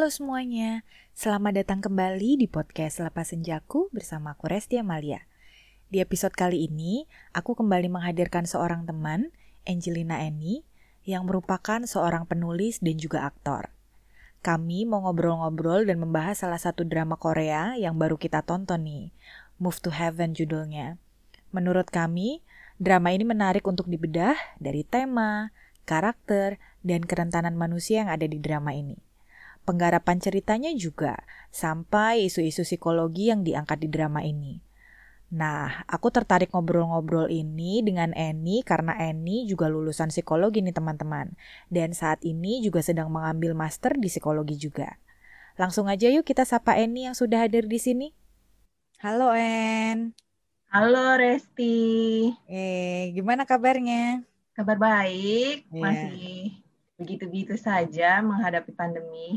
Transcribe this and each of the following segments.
Halo semuanya, selamat datang kembali di podcast Lepas Senjaku bersama aku Resti Amalia. Di episode kali ini, aku kembali menghadirkan seorang teman, Angelina Eni, yang merupakan seorang penulis dan juga aktor. Kami mau ngobrol-ngobrol dan membahas salah satu drama Korea yang baru kita tonton nih, Move to Heaven judulnya. Menurut kami, drama ini menarik untuk dibedah dari tema, karakter, dan kerentanan manusia yang ada di drama ini. Penggarapan ceritanya juga sampai isu-isu psikologi yang diangkat di drama ini. Nah, aku tertarik ngobrol-ngobrol ini dengan Eni karena Eni juga lulusan psikologi nih teman-teman. Dan saat ini juga sedang mengambil master di psikologi juga. Langsung aja yuk kita sapa Eni yang sudah hadir di sini. Halo En. Halo Resti, Gimana kabarnya? kabar baik? Iya. Masih begitu-begitu saja menghadapi pandemi.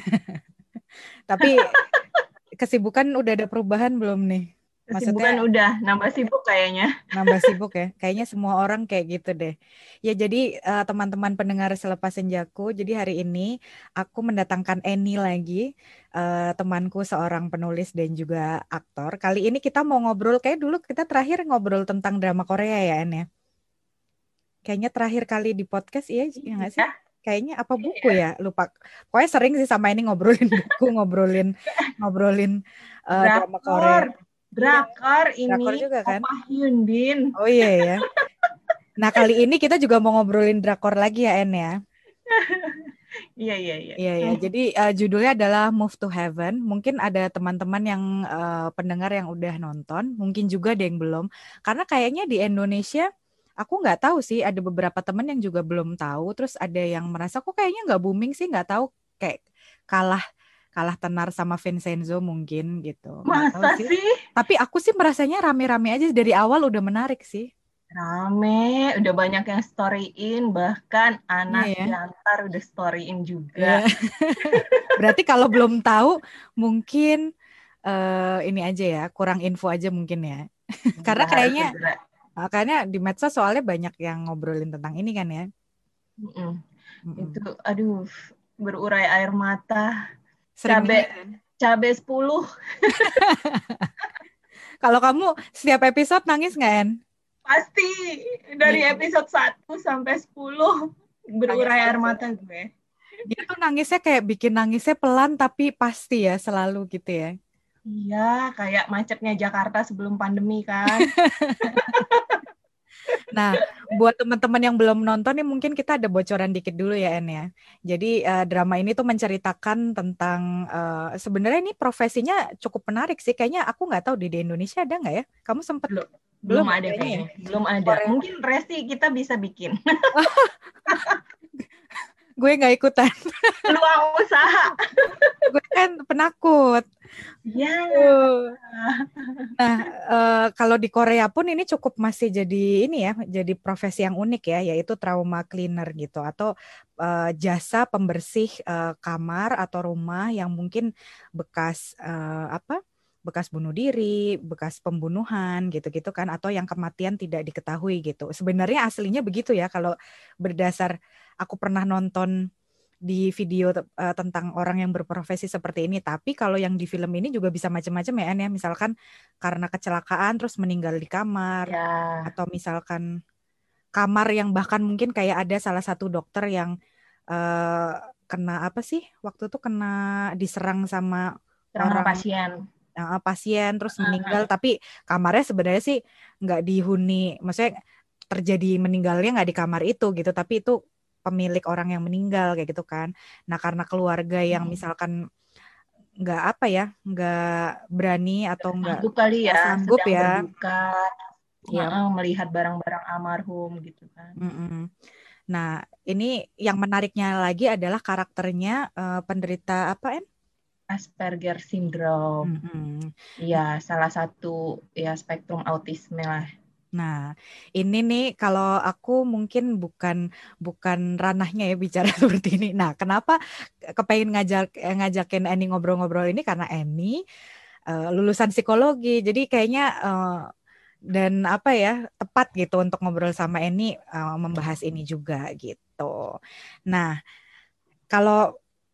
Tapi kesibukan udah ada perubahan belum nih? Kesibukan Maksudnya udah nambah sibuk kayaknya. nambah sibuk ya. Kayaknya semua orang kayak gitu deh. Ya jadi teman-teman pendengar Selepas Senjaku, jadi hari ini aku mendatangkan Eni lagi, temanku seorang penulis dan juga aktor. Kali ini kita mau ngobrol, kayak dulu kita terakhir ngobrol tentang drama Korea ya En ya. Kayaknya terakhir kali di podcast iya ya nggak sih? Iya, Kayaknya apa buku iya. ya? Lupa. Pokoknya sering sih sama ini ngobrolin buku, ngobrolin ngobrolin drama Korea. Drakor, Iya, drakor drakor ini juga kan? Opah Hyun Bin. Oh iya ya. Nah, kali ini kita juga mau ngobrolin drakor lagi ya, En ya. Iya, iya, iya. Iya ya. Jadi judulnya adalah Move to Heaven. Mungkin ada teman-teman yang pendengar yang udah nonton, mungkin juga ada yang belum. Karena kayaknya di Indonesia aku nggak tahu sih, ada beberapa teman yang juga belum tahu. Terus ada yang merasa kok kayaknya nggak booming sih, nggak tahu kayak kalah kalah tenar sama Vincenzo mungkin gitu. Nggak tahu Masa sih. sih? Tapi aku sih merasanya rame-rame aja dari awal udah menarik sih. Rame, udah banyak yang storyin, bahkan Iya Anas ya. Gantar udah storyin juga. Iya. Berarti kalau belum tahu mungkin ini aja ya, kurang info aja mungkin ya. Karena Iya, harus kayaknya segera. makanya di medsos soalnya banyak yang ngobrolin tentang ini kan ya. Mm-mm. Itu, Mm-mm. aduh, berurai air mata. Sering Cabe banget kan. cabe 10 Kalau kamu setiap episode nangis nggak En? pasti Iya dari kan? episode 1 sampai 10 Nangis berurai air terus ya. mata gue. Dia tuh nangisnya kayak bikin nangisnya pelan tapi pasti ya selalu gitu ya. Iya, kayak macetnya Jakarta sebelum pandemi kan. Nah, buat teman-teman yang belum nonton nih mungkin kita ada bocoran dikit dulu ya En ya. Jadi drama ini tuh menceritakan tentang sebenarnya ini profesinya cukup menarik sih. Kayaknya aku nggak tahu di Indonesia ada nggak ya? Kamu sempet Belum belum belum ya ada kayaknya ya? kayaknya. Belum ada. Korea. Mungkin Resti kita bisa bikin. Gue nggak ikutan. Peluang usaha. Gue kan penakut. Ya. Uh. Nah, kalau di Korea pun ini cukup masih jadi ini ya, jadi profesi yang unik ya, yaitu trauma cleaner gitu atau jasa pembersih kamar atau rumah yang mungkin bekas apa? Bekas bunuh diri, bekas pembunuhan gitu-gitu kan, atau yang kematian tidak diketahui gitu. Sebenarnya aslinya begitu ya, kalau berdasar aku pernah nonton di video tentang orang yang berprofesi seperti ini. Tapi kalau yang di film ini juga bisa macam-macam ya, An, ya. Misalkan karena kecelakaan terus meninggal di kamar, Ya. atau misalkan kamar yang bahkan mungkin kayak ada salah satu dokter yang eh, kena apa sih? Waktu itu kena diserang sama Trauma orang pasien. pasien terus meninggal, tapi kamarnya sebenarnya sih nggak dihuni, maksudnya terjadi meninggalnya nggak di kamar itu gitu, tapi itu pemilik orang yang meninggal kayak gitu kan. Nah karena keluarga yang misalkan nggak apa ya, nggak berani atau Sanggup kali nggak ya, sanggup sedang ya, berduka, ya. melihat barang-barang almarhum gitu kan. Mm-mm. Nah ini yang menariknya lagi adalah karakternya penderita apa En? Asperger syndrome. Mm-mm. Iya, salah satu ya spektrum autisme lah. Nah, ini nih kalau aku mungkin bukan bukan ranahnya ya bicara seperti ini. Nah, kenapa kepengen ngajakin Eni ngobrol-ngobrol ini karena Eni lulusan psikologi. Jadi kayaknya dan apa ya tepat gitu untuk ngobrol sama Eni membahas ini juga gitu. Nah, kalau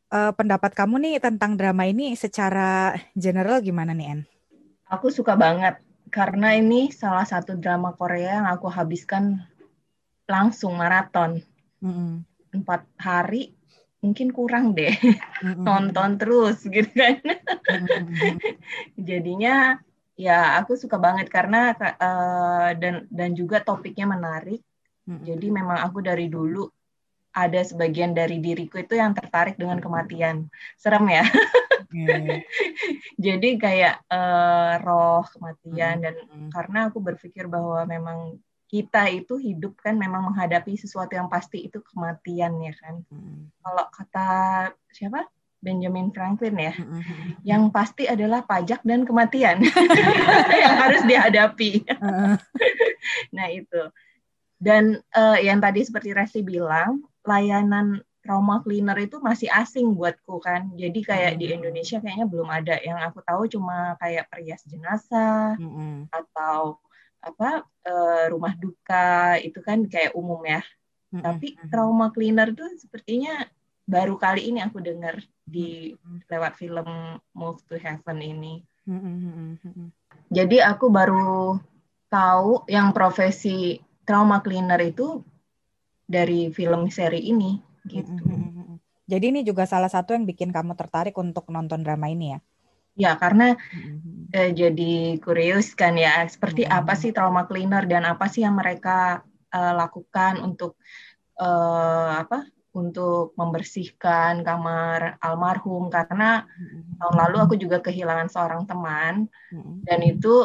pendapat kamu nih tentang drama ini secara general gimana nih, En? Aku suka banget karena ini salah satu drama Korea yang aku habiskan langsung maraton Mm-mm. 4 hari, mungkin kurang deh Mm-mm. nonton terus gitu kan. Mm-mm. Jadinya ya aku suka banget karena dan juga topiknya menarik. Mm-mm. Jadi memang aku dari dulu ada sebagian dari diriku itu yang tertarik dengan kematian. Serem ya. Iya, iya. Jadi kayak roh kematian, dan Mm-mm. karena aku berpikir bahwa memang kita itu hidup kan memang menghadapi sesuatu yang pasti itu kematian ya kan. Mm-mm. Kalau kata siapa? Benjamin Franklin ya, Mm-mm. yang pasti adalah pajak dan kematian yang harus dihadapi. Mm-mm. Nah itu. Dan yang tadi seperti Resti bilang, layanan trauma cleaner itu masih asing buatku kan. Jadi kayak di Mm-mm. Indonesia kayaknya belum ada. Yang aku tahu cuma kayak perias jenazah Mm-mm. atau apa rumah duka itu kan kayak umum ya. Mm-mm. Tapi trauma cleaner tuh sepertinya baru kali ini aku dengar di Mm-mm. lewat film Move to Heaven ini. Mm-mm. Mm-mm. Jadi aku baru tahu yang profesi trauma cleaner itu dari film seri ini Mm-mm. gitu. Mm-mm. Jadi ini juga salah satu yang bikin kamu tertarik untuk nonton drama ini ya? Ya karena Mm-mm. jadi kurius kan ya, seperti apa Mm-mm. sih trauma cleaner dan apa sih yang mereka lakukan untuk apa? Untuk membersihkan kamar almarhum, karena tahun Mm-mm. lalu aku juga kehilangan seorang teman, Mm-mm. dan itu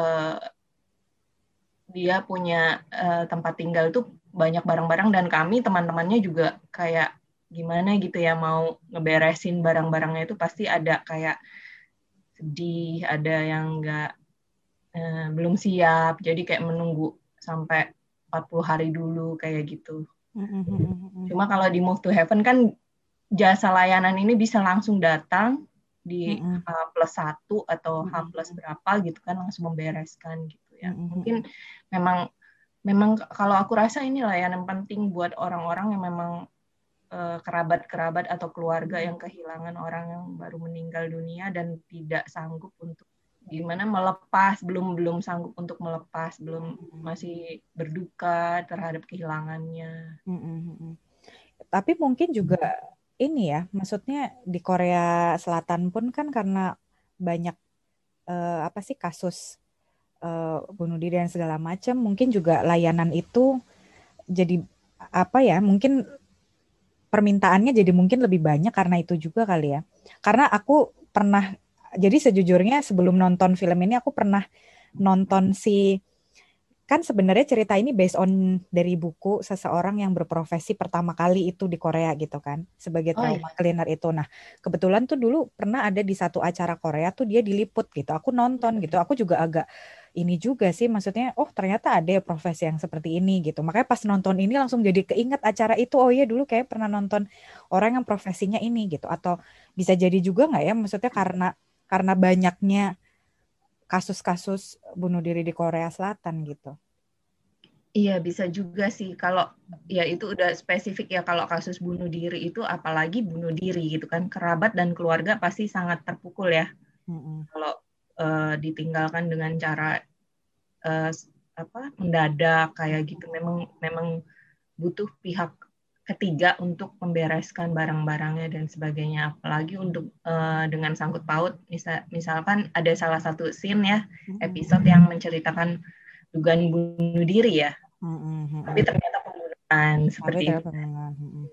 dia punya tempat tinggal tuh banyak barang-barang, dan kami teman-temannya juga kayak gimana gitu ya mau ngeberesin barang-barangnya itu pasti ada kayak sedih, ada yang nggak belum siap, jadi kayak menunggu sampai 40 hari dulu kayak gitu. Mm-mm. Cuma kalau di Move to Heaven kan jasa layanan ini bisa langsung datang di Mm-mm. H+1 atau H+ Mm-mm. berapa gitu kan, langsung membereskan gitu ya. Mm-mm. Mungkin memang memang kalau aku rasa ini layanan penting buat orang-orang yang memang kerabat-kerabat atau keluarga yang kehilangan orang yang baru meninggal dunia dan tidak sanggup untuk gimana melepas, belum belum sanggup untuk melepas, belum masih berduka terhadap kehilangannya. Mm-mm. Tapi mungkin juga ini ya, maksudnya di Korea Selatan pun kan karena banyak apa sih kasus bunuh diri dan segala macam, mungkin juga layanan itu jadi apa ya, mungkin permintaannya jadi mungkin lebih banyak karena itu juga kali ya. Karena aku pernah, jadi sejujurnya sebelum nonton film ini aku pernah nonton si, kan sebenarnya cerita ini based on dari buku seseorang yang berprofesi pertama kali itu di Korea gitu kan, sebagai Oh trauma iya. cleaner itu. Nah, kebetulan tuh dulu pernah ada di satu acara Korea tuh dia diliput gitu. Aku nonton gitu. Aku juga agak ini juga sih, maksudnya oh ternyata ada ya profesi yang seperti ini gitu. Makanya pas nonton ini langsung jadi keinget acara itu. Oh iya dulu kayak pernah nonton orang yang profesinya ini gitu. Atau bisa jadi juga nggak ya, maksudnya karena banyaknya kasus-kasus bunuh diri di Korea Selatan gitu. Iya, bisa juga sih. Kalau ya itu udah spesifik ya, kalau kasus bunuh diri itu apalagi bunuh diri gitu kan. Kerabat dan keluarga pasti sangat terpukul ya Mm-mm. kalau ditinggalkan dengan cara eh, apa mendadak kayak gitu. Memang memang butuh pihak ketiga untuk membereskan barang-barangnya dan sebagainya. Apalagi untuk dengan sangkut paut, misalkan ada salah satu scene ya, episode yang menceritakan dugaan bunuh diri ya, tapi Mm-mm. ternyata pembunuhan Tapi seperti itu. ternyata pendengar.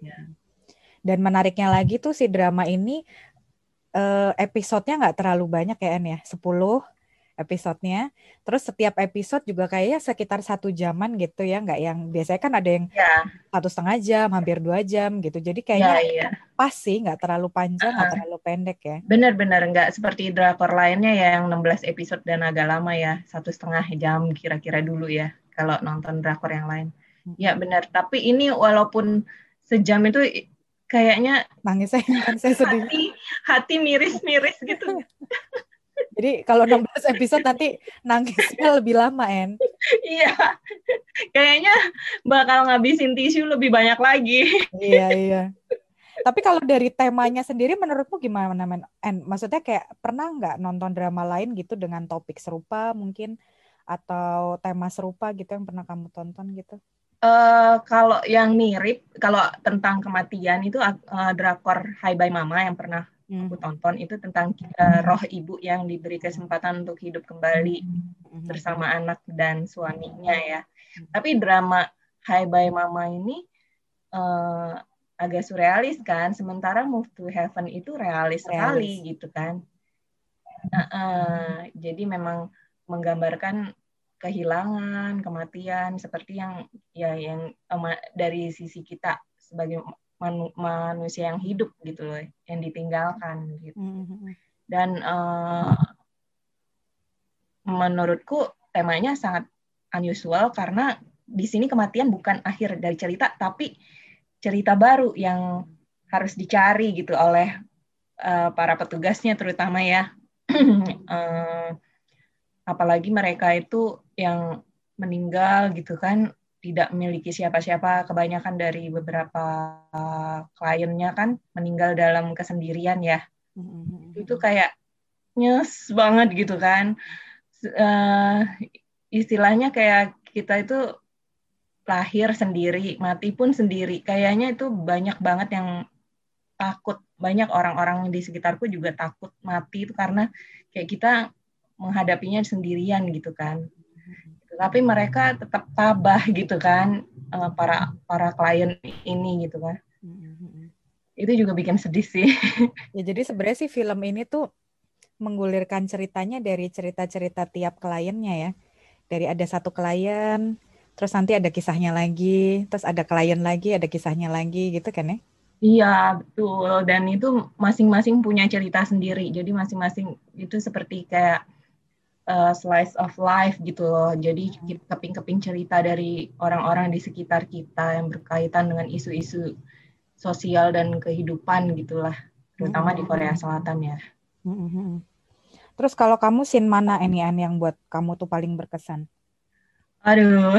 Dan menariknya lagi tuh si drama ini episodenya nggak terlalu banyak ya En ya, 10 episodenya. Terus setiap episode juga kayaknya sekitar 1 jaman gitu ya, nggak yang biasanya kan ada yang Ya, 1,5 jam, hampir 2 jam gitu. Jadi kayaknya ya, iya. pas sih, nggak terlalu panjang, nggak terlalu pendek ya. Benar-benar nggak seperti drakor lainnya yang 16 episode dan agak lama ya, 1,5 jam kira-kira dulu ya, kalau nonton drakor yang lain. Ya Mm-mm. benar, tapi ini walaupun sejam itu kayaknya Nangis saya kan saya sedih. hati hati miris-miris gitu. Jadi kalau 16 episode nanti nangisnya lebih lama En. Iya, kayaknya bakal ngabisin tisu lebih banyak lagi. Iya, iya. Tapi kalau dari temanya sendiri menurutmu gimana, Men? Maksudnya kayak pernah nggak nonton drama lain gitu dengan topik serupa mungkin atau tema serupa gitu yang pernah kamu tonton gitu? Kalau yang mirip, kalau tentang kematian itu drakor Hai Bye Mama yang pernah aku tonton itu tentang roh ibu yang diberi kesempatan untuk hidup kembali bersama anak dan suaminya ya. Tapi drama Hai Bye Mama ini agak surrealis kan, sementara Move to Heaven itu realis sekali gitu kan. Jadi memang menggambarkan kehilangan, kematian seperti yang dari sisi kita sebagai manusia yang hidup gitu loh, yang ditinggalkan gitu. Dan menurutku temanya sangat unusual karena di sini kematian bukan akhir dari cerita, tapi cerita baru yang harus dicari gitu oleh para petugasnya terutama ya. Apalagi mereka itu yang meninggal gitu kan tidak memiliki siapa-siapa, kebanyakan dari beberapa kliennya kan meninggal dalam kesendirian ya. Itu kayak nyes banget gitu kan. Istilahnya kayak kita itu lahir sendiri, mati pun sendiri. Kayaknya itu banyak banget yang takut. Banyak orang-orang di sekitarku juga takut mati itu karena kayak kita menghadapinya sendirian gitu kan. Tapi mereka tetap tabah gitu kan, para klien ini gitu kan. Itu juga bikin sedih sih. Ya jadi sebenarnya sih film ini tuh menggulirkan ceritanya dari cerita-cerita tiap kliennya ya. Dari ada satu klien, terus nanti ada kisahnya lagi, terus ada klien lagi, ada kisahnya lagi gitu kan ya? Iya, betul. Dan itu masing-masing punya cerita sendiri. Jadi masing-masing itu seperti kayak slice of life gitu loh. Jadi keping-keping cerita dari orang-orang di sekitar kita yang berkaitan dengan isu-isu sosial dan kehidupan gitulah. Terutama di Korea Selatan ya. Terus kalau kamu scene mana ini yang buat kamu tuh paling berkesan? Aduh.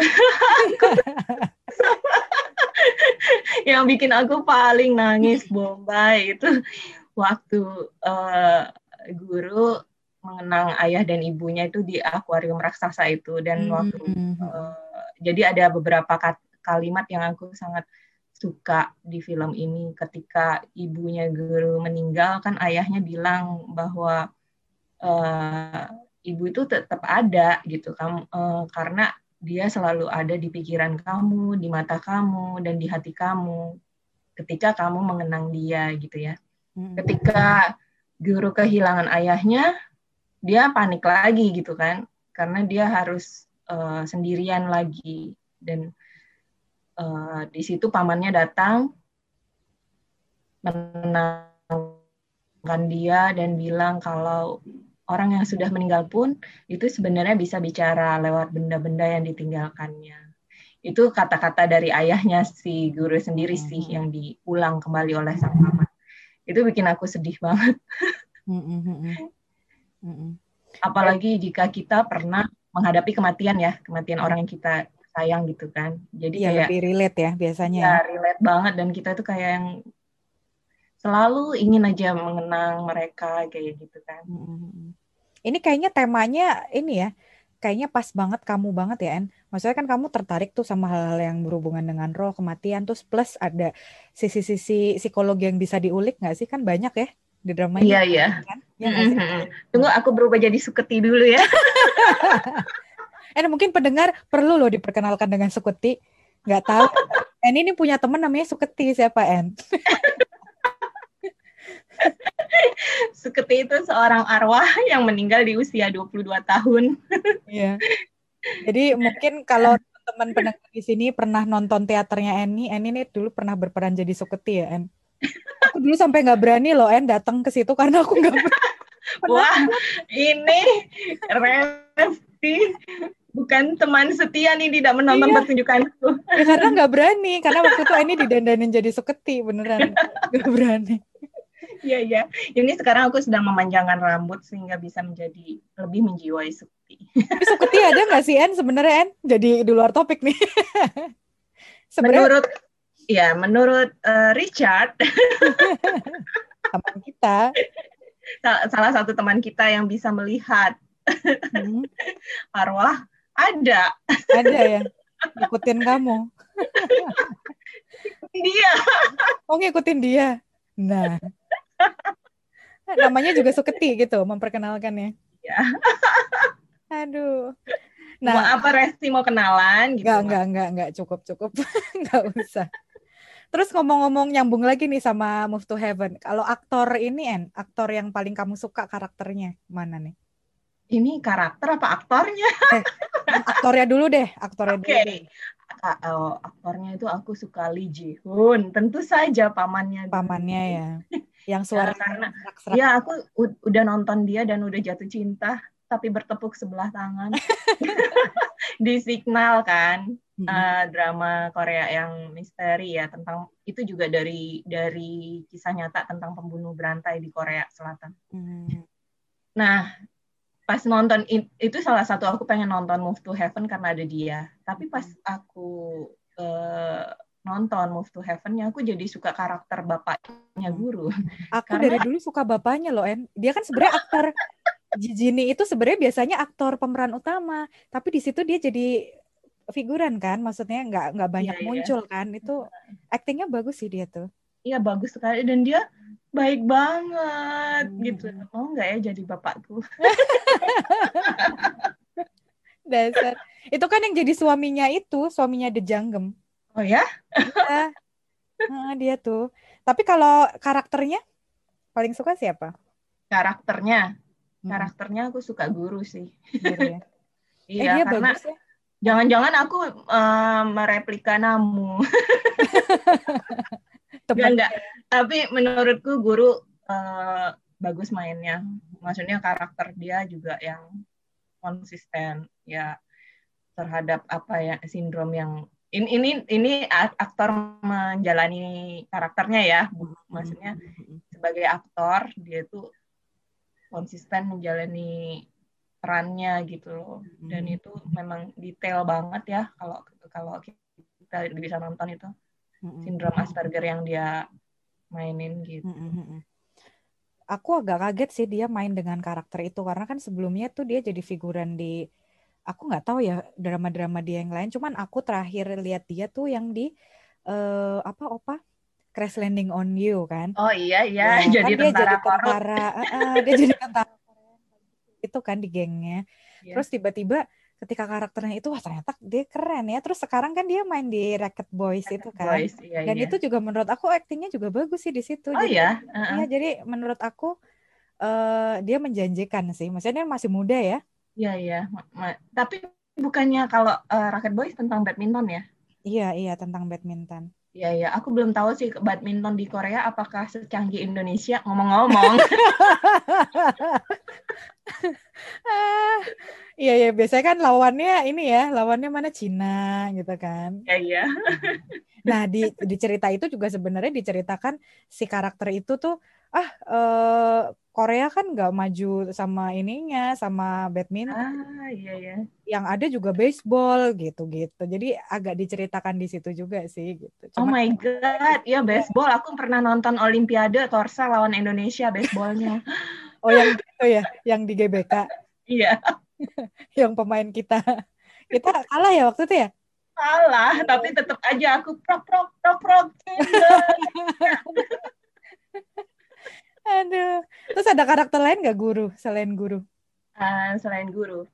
Yang bikin aku paling nangis Bombay itu waktu guru mengenang ayah dan ibunya itu di akuarium raksasa itu. Dan waktu jadi ada beberapa kalimat yang aku sangat suka di film ini. Ketika ibunya guru meninggal kan ayahnya bilang bahwa ibu itu tetap ada gitu karena dia selalu ada di pikiran kamu, di mata kamu, dan di hati kamu ketika kamu mengenang dia gitu ya. Ketika guru kehilangan ayahnya, dia panik lagi gitu kan, karena dia harus sendirian lagi. Dan di situ pamannya datang, menenangkan dia dan bilang kalau orang yang sudah meninggal pun itu sebenarnya bisa bicara lewat benda-benda yang ditinggalkannya. Itu kata-kata dari ayahnya si guru sendiri sih yang diulang kembali oleh sang paman. Itu bikin aku sedih banget. Apalagi jika kita pernah menghadapi kematian ya, kematian orang yang kita sayang gitu kan. Jadi ya, kayak lebih relate ya biasanya ya. Relate banget, dan kita tuh kayak yang selalu ingin aja mengenang mereka kayak gitu kan. Ini kayaknya temanya ini ya, kayaknya pas banget kamu banget ya, En. Maksudnya kan kamu tertarik tuh sama hal-hal yang berhubungan dengan roh, kematian, terus plus ada sisi-sisi psikologi yang bisa diulik nggak sih? Kan banyak ya di drama ini. Iya, iya. Kan? Ya nggak sih? Tunggu, aku berubah jadi Suketi dulu ya. Mungkin pendengar perlu loh diperkenalkan dengan Suketi. Nggak tahu. En ini punya teman namanya Suketi, siapa En? Suketi itu seorang arwah yang meninggal di usia 22 tahun. Iya. Jadi mungkin kalau teman pendengar di sini pernah nonton teaternya Eni nih dulu pernah berperan jadi Suketi ya, En. Aku dulu sampai nggak berani loh, En, datang ke situ karena aku nggak Wah, ini Resti bukan teman setia nih, tidak menonton pertunjukanku. Ya karena nggak berani, karena waktu itu Eni didandanin jadi Suketi, beneran nggak berani. Iya, iya. Ini sekarang aku sedang memanjangkan rambut sehingga bisa menjadi lebih menjiwai Suketi. Tapi Suketi ada nggak sih, En, sebenarnya, En? Jadi di luar topik nih. Menurut Ya, menurut Richard, Teman kita. salah satu teman kita yang bisa melihat Hmm, arwah, ada ada ya, ngikutin kamu. dia. Oh, ngikutin dia. Nah, namanya juga Suketi gitu, memperkenalkannya. Ya. Aduh. Mau Nah, apa Resti mau kenalan gitu, Mak? enggak, cukup. Enggak usah. Terus ngomong-ngomong nyambung lagi nih sama Move to Heaven. Kalau aktor ini, aktor yang paling kamu suka karakternya mana nih? Ini karakter apa aktornya? Eh, aktornya dulu deh, aktornya dulu Oke. deh. Aktornya itu aku suka Lee Ji Hoon. Tentu saja pamannya dulu. Pamannya ya, yang Ya, suaranya karena serak-serak. ya aku udah nonton dia dan udah jatuh cinta, tapi bertepuk sebelah tangan di Signal kan. Mm-mm. Drama Korea yang misteri ya, tentang itu juga dari kisah nyata tentang pembunuh berantai di Korea Selatan. Hmm. Nah, pas nonton itu salah satu aku pengen nonton Move to Heaven karena ada dia. Tapi pas aku eh, nonton Move to Heaven-nya, aku jadi suka karakter bapaknya Hmm. guru. Aku Karena dari dulu suka bapaknya loh, En. Dia kan sebenarnya aktor. Jini itu sebenarnya biasanya aktor pemeran utama, tapi di situ dia jadi figuran kan, maksudnya nggak iya banyak iya muncul kan. Itu aktingnya bagus sih dia tuh. iya bagus sekali dan dia baik banget gitu. Hmm. Mau nggak ya jadi bapakku? Dasar. Itu kan yang jadi suaminya itu, suaminya The Janggem. Oh ya, Iya, dia tuh. Tapi kalau karakternya paling suka siapa? karakternya Mm-mm, karakternya aku suka guru sih. Guru ya. Iya, Dia karena bagus ya. Hah? jangan-jangan aku mereplika Namu. Enggak. Temennya. Tapi menurutku guru eh, bagus mainnya. Maksudnya karakter dia juga yang konsisten ya terhadap apa ya sindrom yang ini aktor menjalani karakternya ya. Maksudnya sebagai aktor dia tuh konsisten menjalani perannya gitu loh. Dan itu memang detail banget ya kalau kalau kita bisa nonton itu sindrom Asperger yang dia mainin gitu. Aku agak kaget sih dia main dengan karakter itu karena kan sebelumnya tuh dia jadi figuran di aku nggak tahu ya drama-drama dia yang lain. Cuman aku terakhir lihat dia tuh yang di apa Opa Crash Landing on You kan. Oh iya iya, Ya jadi kan dia tentara jadi korup. tentara, dia jadi tentara itu kan di gengnya. Iya. Terus tiba-tiba ketika karakternya itu wah ternyata dia keren ya. Terus sekarang kan dia main di Racket Boys itu kan. Boys, iya Dan iya. itu juga menurut aku aktingnya juga bagus sih di situ. Oh Jadi ya, iya jadi menurut aku dia menjanjikan sih. Maksudnya dia masih muda ya. iya iya. Tapi bukannya kalau Rocket Boys tentang badminton ya? Iya tentang badminton. Iya iya. Aku belum tahu sih badminton di Korea apakah secanggih Indonesia. Ngomong-ngomong, Ah, iya biasanya kan lawannya ini ya, lawannya mana Cina gitu kan. ya iya. Nah, di cerita itu juga sebenarnya diceritakan si karakter itu tuh eh, Korea kan nggak maju sama ininya, sama badminton. Ah iya iya. Yang ada juga baseball gitu-gitu. Jadi agak diceritakan di situ juga sih gitu. Oh Cuman my God, ya baseball. Aku pernah nonton Olimpiade Torsa lawan Indonesia baseballnya. oh yang itu ya, yang di GBK, Iya, yang pemain kita kita kalah ya waktu itu ya. salah. Tapi tetap aja aku prok prok prok prok. Aduh. Terus ada karakter lain nggak guru selain guru? Selain guru,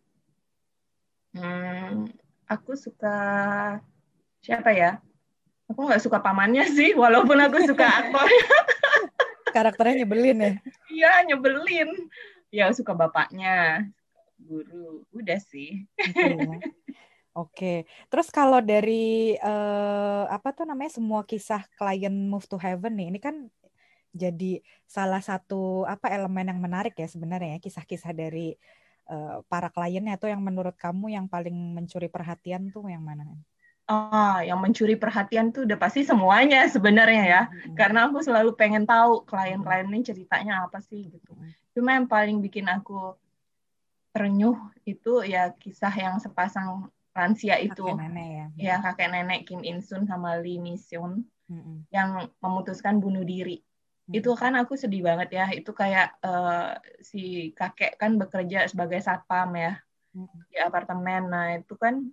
hmm, aku suka siapa ya? Aku nggak suka pamannya sih, walaupun aku suka aktornya. Karakternya nyebelin ya. Iya, nyebelin. Ya, suka bapaknya, guru. Udah sih. Gitu ya. Oke, terus kalau dari apa tuh namanya semua kisah klien Move to Heaven nih, ini kan jadi salah satu apa elemen yang menarik ya sebenarnya ya kisah-kisah dari para kliennya tuh yang menurut kamu yang paling mencuri perhatian tuh yang mana? Yang mencuri perhatian tuh udah pasti semuanya sebenarnya ya. Karena aku selalu pengen tahu klien-klien ini ceritanya apa sih gitu. Cuma yang paling bikin aku terenyuh itu ya kisah yang sepasang lansia itu. Kakek nenek ya. Ya, kakek nenek Kim In Sun sama Lee Mi Seon. yang memutuskan bunuh diri. Itu kan aku sedih banget ya. Itu kayak si kakek kan bekerja sebagai satpam ya di apartemen. Nah itu kan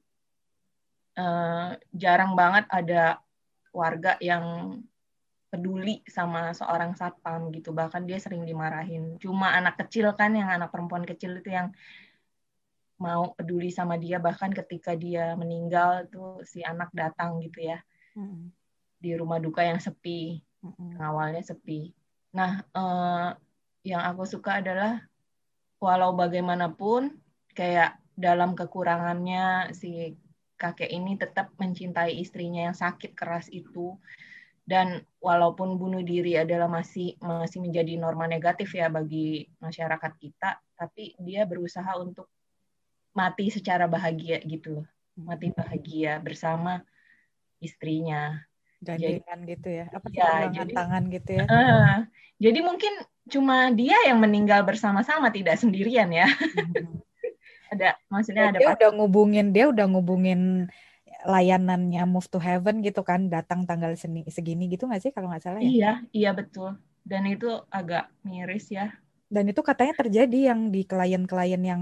jarang banget ada warga yang peduli sama seorang satpam gitu. Bahkan dia sering dimarahin. Cuma anak kecil kan, yang anak perempuan kecil itu yang mau peduli sama dia. Bahkan ketika dia meninggal tuh si anak datang gitu ya. Di rumah duka yang sepi. Yang awalnya sepi. Nah, yang aku suka adalah walau bagaimanapun kayak dalam kekurangannya si kakek ini tetap mencintai istrinya yang sakit keras itu. Dan walaupun bunuh diri adalah masih menjadi norma negatif ya bagi masyarakat kita, tapi dia berusaha untuk mati secara bahagia gitu loh. Mati bahagia bersama istrinya. Jadi Gandengan gitu ya, apa ya, pegangan tangan gitu ya. jadi mungkin cuma dia yang meninggal bersama-sama, tidak sendirian ya. Ada, maksudnya ada Dia udah ngubungin layanannya Move to Heaven gitu kan, datang tanggal segini gitu nggak sih kalau nggak salah ya? Iya, iya betul. Dan itu agak miris ya. Dan itu katanya terjadi yang di klien-klien yang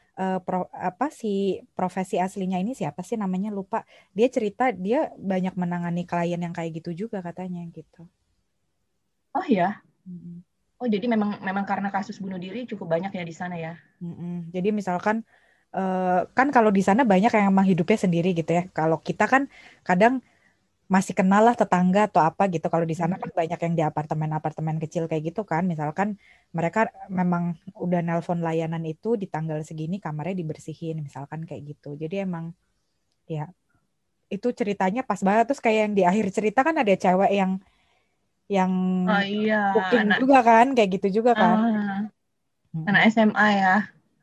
si profesi aslinya ini siapa sih namanya, lupa. Dia cerita dia banyak menangani klien yang kayak gitu juga katanya gitu. Oh ya. Oh jadi memang karena kasus bunuh diri cukup banyak ya di sana ya. Jadi misalkan kan kalau di sana banyak yang emang hidupnya sendiri gitu ya. Kalau kita kan kadang masih kenal lah tetangga atau apa gitu. Kalau di sana kan banyak yang di apartemen-apartemen kecil kayak gitu kan. Misalkan mereka memang udah nelpon layanan itu di tanggal segini kamarnya dibersihin misalkan kayak gitu. Jadi emang ya itu ceritanya pas banget. Terus kayak yang di akhir cerita kan ada cewek yang Oh iya, cooking anak juga kan, kayak gitu juga kan. anak SMA ya.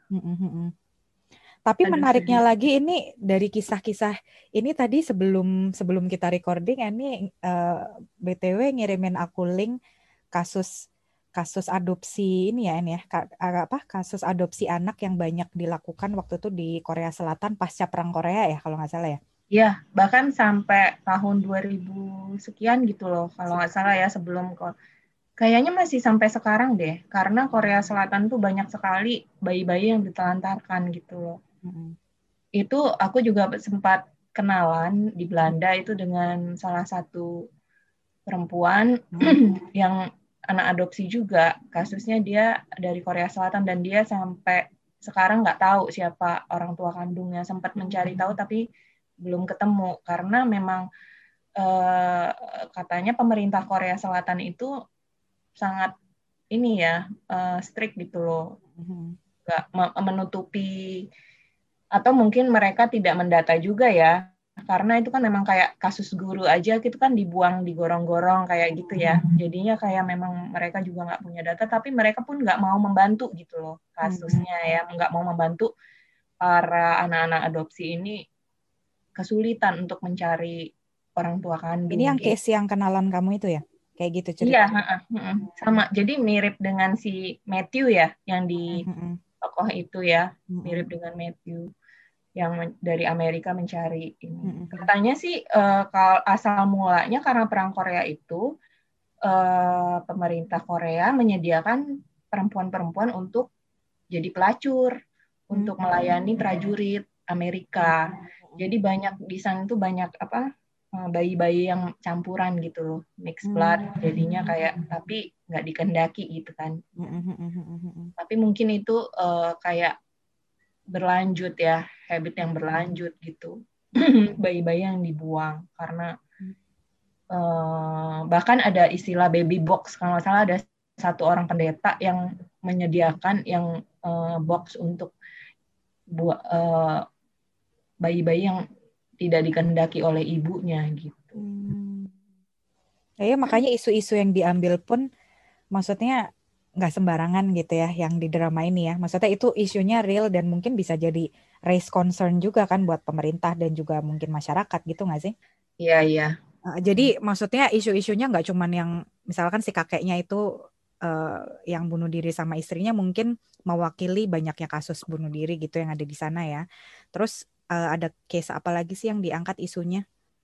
Tapi Aduh menariknya sedih. lagi ini dari kisah-kisah ini tadi sebelum sebelum kita recording ini BTW ngirimin aku link kasus kasus adopsi ini ya, ini ya kasus adopsi anak yang banyak dilakukan waktu itu di Korea Selatan pasca perang Korea ya kalau nggak salah ya. Ya, bahkan sampai tahun 2000 sekian gitu loh, kalau nggak salah ya, sebelum kok. Kayaknya masih sampai sekarang deh, karena Korea Selatan tuh banyak sekali bayi-bayi yang ditelantarkan gitu loh. Itu aku juga sempat kenalan di Belanda itu dengan salah satu perempuan yang anak adopsi juga. Kasusnya dia dari Korea Selatan dan dia sampai sekarang nggak tahu siapa orang tua kandungnya. Sempat mencari tahu tapi belum ketemu karena memang katanya pemerintah Korea Selatan itu sangat ini ya strict gitu loh, nggak menutupi, atau mungkin mereka tidak mendata juga ya, karena itu kan memang kayak kasus guru aja gitu kan dibuang di gorong-gorong kayak gitu ya, jadinya kayak memang mereka juga nggak punya data, tapi mereka pun nggak mau membantu gitu loh kasusnya ya, nggak mau membantu para anak-anak adopsi ini kesulitan untuk mencari orang tua Ini kandung yang gitu. case yang kenalan kamu itu ya, kayak gitu Iya, ceritanya. sama. Jadi mirip dengan si Matthew ya, yang di tokoh itu ya, mirip dengan Matthew yang dari Amerika mencari ini. Katanya sih kalau asal mulanya karena perang Korea itu pemerintah Korea menyediakan perempuan-perempuan untuk jadi pelacur, untuk melayani prajurit Amerika. Jadi banyak di sana tuh banyak apa bayi-bayi yang campuran gitu loh, mixed blood, jadinya kayak tapi nggak dikehendaki gitu kan. Tapi mungkin itu kayak berlanjut ya, habit yang berlanjut gitu. Bayi-bayi yang dibuang karena bahkan ada istilah baby box, kalau nggak salah ada satu orang pendeta yang menyediakan yang box untuk bayi-bayi yang tidak dikehendaki oleh ibunya gitu. Ya, makanya isu-isu yang diambil pun maksudnya nggak sembarangan gitu ya yang di drama ini ya. Maksudnya itu isunya real dan mungkin bisa jadi raise concern juga kan buat pemerintah dan juga mungkin masyarakat gitu nggak sih? Iya, iya. Jadi maksudnya isu-isunya nggak cuman yang misalkan si kakeknya itu yang bunuh diri sama istrinya mungkin mewakili banyaknya kasus bunuh diri gitu yang ada di sana ya. Terus ada case apa lagi sih yang diangkat isunya?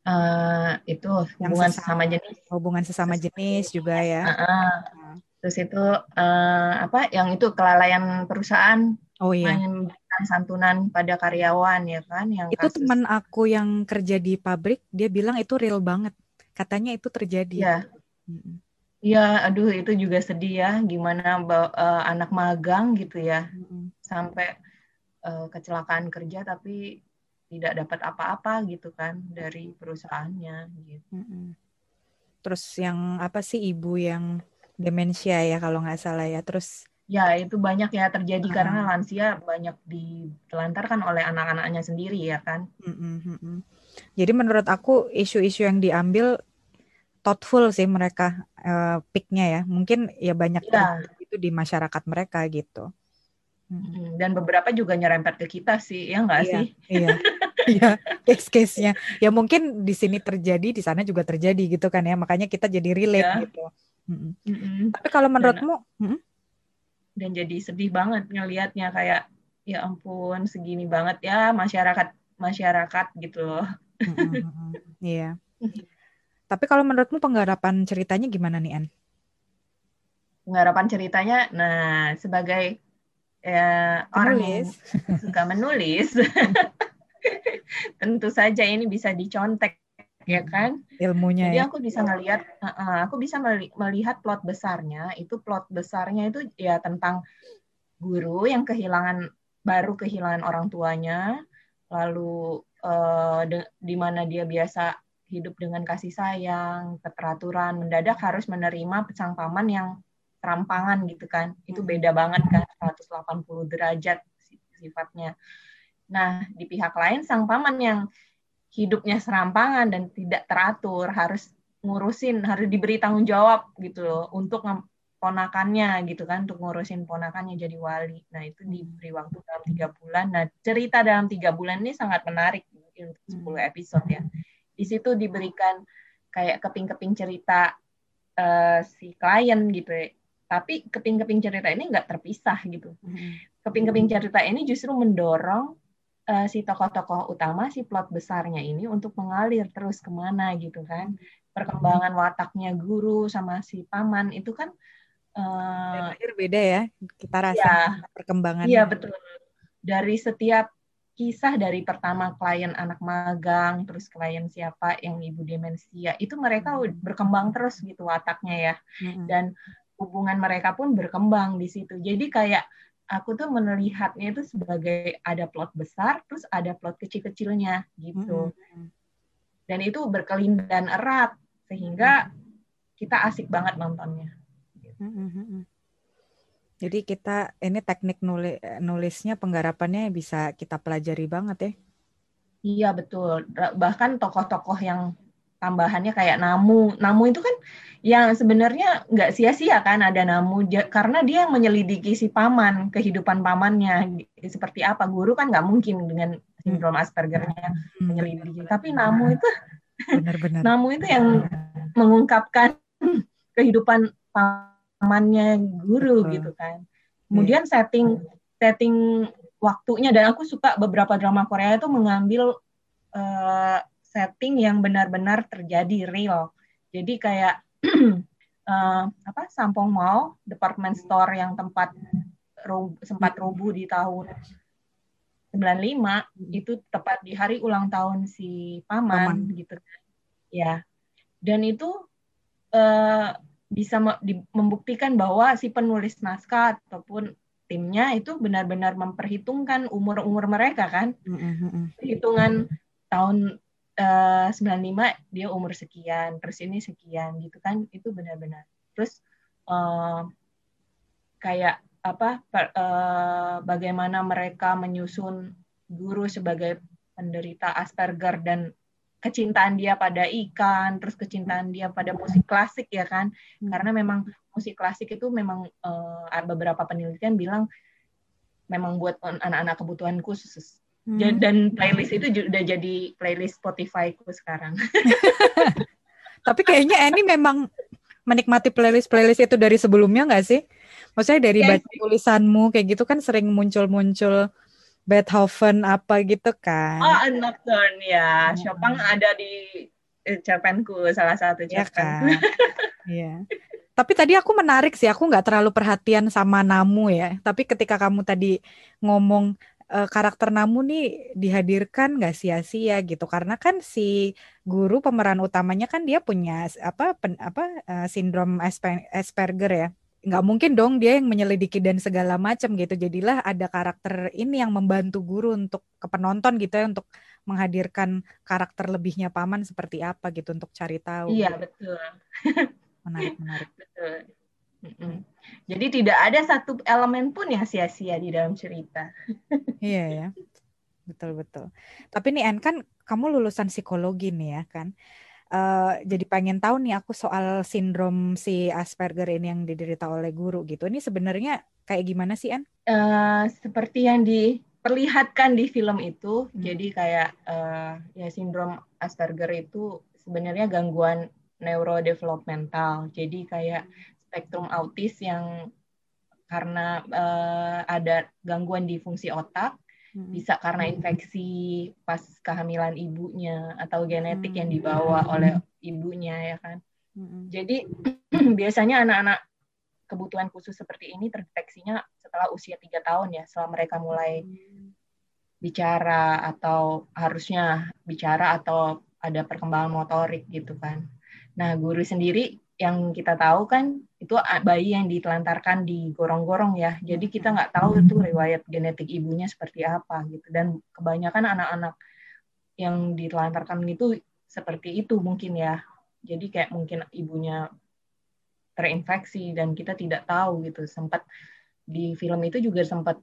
Itu Yang hubungan sesama sesama jenis. hubungan sesama Sesama jenis jenis juga ya. ya. Nah, Terus itu apa? Yang itu kelalaian perusahaan oh iya, memberikan santunan pada karyawan ya kan? Yang itu kasus teman aku yang kerja di pabrik, dia bilang itu real banget. Katanya itu terjadi. ya. Mm-mm. Iya, aduh itu juga sedih ya, gimana anak magang gitu ya, Mm-mm. sampai kecelakaan kerja tapi tidak dapat apa-apa gitu kan dari perusahaannya gitu. Mm-mm. Terus yang apa sih ibu yang demensia ya kalau nggak salah ya. Terus Ya, itu banyak ya terjadi karena uh, lansia banyak ditelantarkan oleh anak-anaknya sendiri ya kan. mm-mm, mm-mm. Jadi menurut aku isu-isu yang diambil thoughtful sih mereka picknya ya. Mungkin ya banyak Iya, terjadi itu di masyarakat mereka gitu. Mm-mm. dan beberapa juga nyerempet ke kita sih, ya nggak Iya, sih? iya, iya. Case-case-nya ya mungkin di sini terjadi, di sana juga terjadi gitu kan ya. Makanya kita jadi relate Ya, gitu. Mm-mm. mm-mm. Tapi kalau Dan menurutmu, mm-mm, dan jadi sedih banget ngelihatnya kayak ya ampun segini banget ya masyarakat masyarakat gitu loh. mm-mm, mm-mm. Iya. Tapi kalau menurutmu penggarapan ceritanya gimana nih, An? Penggarapan ceritanya, nah sebagai orang yang Penulis. suka menulis, tentu saja ini bisa dicontek ya Mm-mm. kan. Ilmunya Jadi ya. aku bisa ngelihat, aku bisa melihat plot besarnya. Itu plot besarnya itu ya tentang guru yang baru kehilangan orang tuanya, lalu di mana dia biasa hidup dengan kasih sayang, keteraturan, mendadak harus menerima sang paman yang serampangan gitu kan. Itu Mm-mm. beda banget kan, 180 derajat sifatnya. Nah, di pihak lain sang paman yang hidupnya serampangan dan tidak teratur, harus diberi tanggung jawab gitu loh untuk ponakannya gitu kan, untuk ngurusin ponakannya jadi wali. Nah itu Mm-mm. diberi waktu dalam 3 bulan. Nah cerita dalam 3 bulan ini sangat menarik mungkin untuk 10 Mm-mm. episode ya. Di situ diberikan kayak keping-keping cerita si klien gitu ya. Tapi keping-keping cerita ini nggak terpisah gitu. Mm-mm. Keping-keping cerita ini justru mendorong si tokoh-tokoh utama, si plot besarnya ini untuk mengalir terus kemana gitu kan. Perkembangan wataknya guru sama si paman itu kan Dan uh, akhir beda ya, kita ya, rasain iya perkembangannya. betul. Dari setiap kisah dari pertama klien anak magang, terus klien siapa yang ibu demensia, itu mereka berkembang terus gitu wataknya ya. Mm-mm. Dan hubungan mereka pun berkembang di situ. Jadi kayak aku tuh melihatnya itu sebagai ada plot besar, terus ada plot kecil-kecilnya gitu. Mm-mm. Dan itu berkelindan erat, sehingga kita asik banget nontonnya. Mm-mm. Mm-mm. Jadi kita ini teknik nulisnya, penggarapannya bisa kita pelajari banget ya. Iya betul. Bahkan tokoh-tokoh yang tambahannya kayak Namu. Namu itu kan yang sebenarnya nggak sia-sia kan ada Namu karena dia yang menyelidiki si paman, kehidupan pamannya seperti apa. Guru kan nggak mungkin dengan sindrom Mm-mm. Aspergernya menyelidiki. Benar-benar. Tapi Benar-benar. Namu itu yang mengungkapkan kehidupan pamannya guru Betul. gitu kan. Iya. Kemudian setting setting waktunya dan aku suka beberapa drama Korea itu mengambil setting yang benar-benar terjadi real. Jadi kayak apa Sampong Mall, department store yang sempat Mm-mm. rubuh di tahun 95 itu tepat di hari ulang tahun si paman Paman. gitu ya. Dan itu eh, bisa membuktikan bahwa si penulis naskah ataupun timnya itu benar-benar memperhitungkan umur-umur mereka kan. Mm-mm. Mm-mm. Hitungan tahun 95 dia umur sekian, terus ini sekian gitu kan, itu benar-benar. Terus uh, kayak apa bagaimana mereka menyusun guru sebagai penderita Asperger dan kecintaan dia pada ikan, terus kecintaan dia pada musik klasik ya kan, karena memang musik klasik itu memang beberapa penelitian bilang memang buat anak-anak kebutuhan khusus. Mm. Dan playlist itu udah jadi playlist Spotify-ku sekarang. Tapi kayaknya Annie memang menikmati playlist-playlist itu dari sebelumnya nggak sih? Maksudnya dari Iya baca sih. tulisanmu kayak gitu kan sering muncul-muncul Beethoven apa gitu kan. Oh, Nocturne ya. Chopin Mm-mm. ada di cerpenku, salah satu Ya cerpenku. kan? Iya. Tapi tadi aku menarik sih, aku nggak terlalu perhatian sama Namu ya. Tapi ketika kamu tadi ngomong karakter Namu nih dihadirkan nggak sia-sia gitu, karena kan si guru pemeran utamanya kan dia punya sindrom Asperger ya. Nggak mungkin dong dia yang menyelidiki dan segala macam gitu. Jadilah ada karakter ini yang membantu guru untuk ke penonton gitu ya, untuk menghadirkan karakter lebihnya paman seperti apa gitu untuk cari tahu Iya, gitu. betul. Menarik, menarik. Betul. Mm-mm. Hmm. Jadi tidak ada satu elemen pun yang sia-sia di dalam cerita. Iya ya, betul-betul. Tapi nih En, kan kamu lulusan psikologi nih ya kan. Jadi pengen tahu nih aku soal sindrom si Asperger ini yang diderita oleh guru gitu. Ini sebenarnya kayak gimana sih En? Seperti yang diperlihatkan di film itu, Hmm. jadi kayak ya sindrom Asperger itu sebenarnya gangguan neurodevelopmental. Jadi kayak spektrum autis yang karena ada gangguan di fungsi otak, Hmm. bisa karena infeksi pas kehamilan ibunya atau genetik yang Hmm. dibawa oleh ibunya ya kan. Hmm. Jadi biasanya anak-anak kebutuhan khusus seperti ini terdeteksinya setelah usia 3 tahun ya, setelah mereka mulai Hmm. bicara atau harusnya bicara atau ada perkembangan motorik gitu kan. Nah, guru sendiri yang kita tahu kan itu bayi yang ditelantarkan di gorong-gorong ya. Jadi kita Hmm. nggak tahu itu riwayat genetik ibunya seperti apa gitu. Dan kebanyakan anak-anak yang ditelantarkan itu seperti itu mungkin ya. Jadi kayak mungkin ibunya terinfeksi dan kita tidak tahu gitu. Sempat di film itu juga sempat